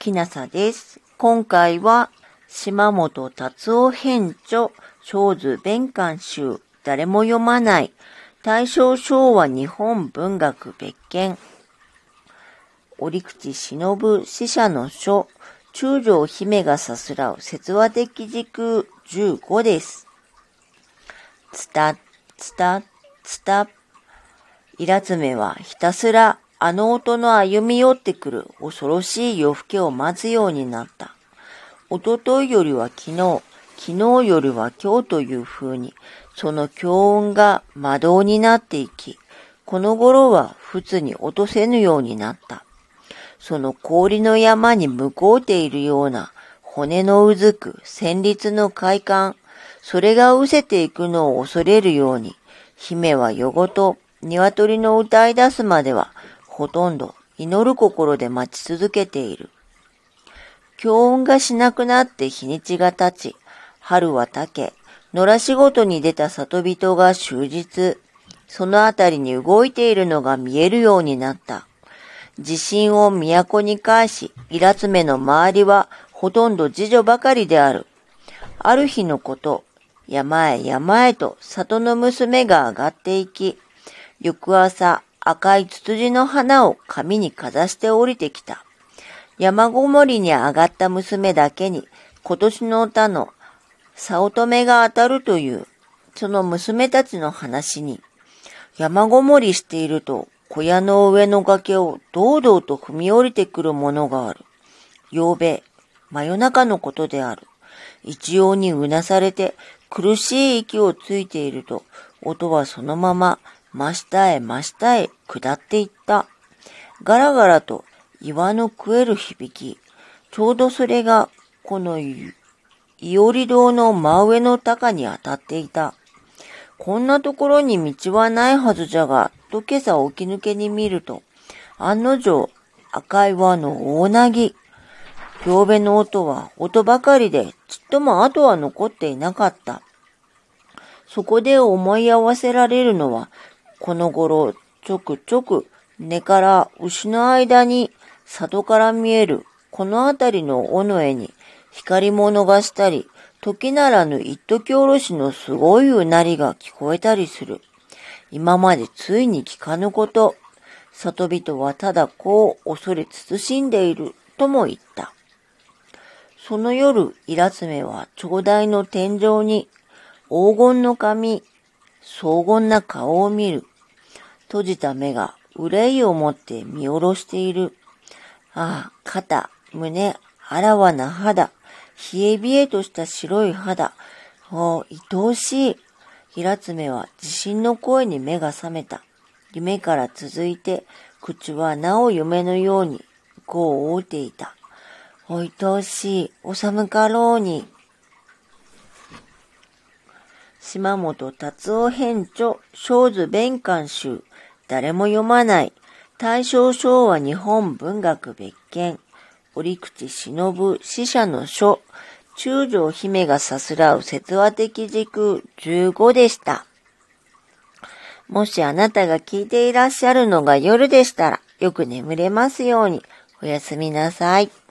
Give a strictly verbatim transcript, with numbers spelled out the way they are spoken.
きなさです。今回は島本達夫編著小図弁巻集誰も読まない大正昭和日本文学別件折口忍使者の書中将姫がさすらう説話的時空じゅうごです。つたつたつたイラツメはひたすらあの音の歩み寄ってくる恐ろしい夜更けを待つようになった。おとといよりは昨日、昨日よりは今日というふうに、その強運が魔導になっていき、この頃は仏に落とせぬようになった。その氷の山に向こうているような骨のうずく旋律の快感、それが失せていくのを恐れるように、姫は夜ごと鶏の歌い出すまでは、ほとんど祈る心で待ち続けている。強運がしなくなって日にちが経ち、春はたけ、野良仕事に出た里人が終日、そのあたりに動いているのが見えるようになった。地震を都に返し、イラツメの周りはほとんど次女ばかりである。ある日のこと、山へ山へと里の娘が上がっていき、翌朝、赤いツツジの花を髪にかざして降りてきた。山ごもりに上がった娘だけに今年の歌の早乙女が当たるという、その娘たちの話に、山ごもりしていると小屋の上の崖を堂々と踏み降りてくるものがある。夕べ、真夜中のことである。一様にうなされて苦しい息をついていると、音はそのまま真下へ真下へ下っていった。ガラガラと岩の食える響き。ちょうどそれがこの伊織堂の真上の高に当たっていた。こんなところに道はないはずじゃが、と今朝起き抜けに見ると、案の定赤い輪の大なぎ。行べの音は音ばかりでちっとも跡は残っていなかった。そこで思い合わせられるのは、この頃ちょくちょく根から牛の間に里から見えるこの辺りの尾の絵に光り物がしたり、時ならぬ一時おろしのすごいうなりが聞こえたりする。今までついに聞かぬこと。里人はただこう恐れ慎んでいるとも言った。その夜、イラツメは長台の天井に黄金の髪、荘厳な顔を見る。閉じた目が憂いを持って見下ろしている。ああ、肩、胸、あらわな肌、冷え冷えとした白い肌。おう、愛おしい。イラツメは地震の声に目が覚めた。夢から続いて、口はなお夢のように、こう覆っていた。お愛おしい、お寒かろうに。島本達夫編著小図弁巻集誰も読まない大正昭和日本文学別件折口忍使者の書中将姫がさすらう説話的時空じゅうごでした。もしあなたが聞いていらっしゃるのが夜でしたらよく眠れますようにおやすみなさい。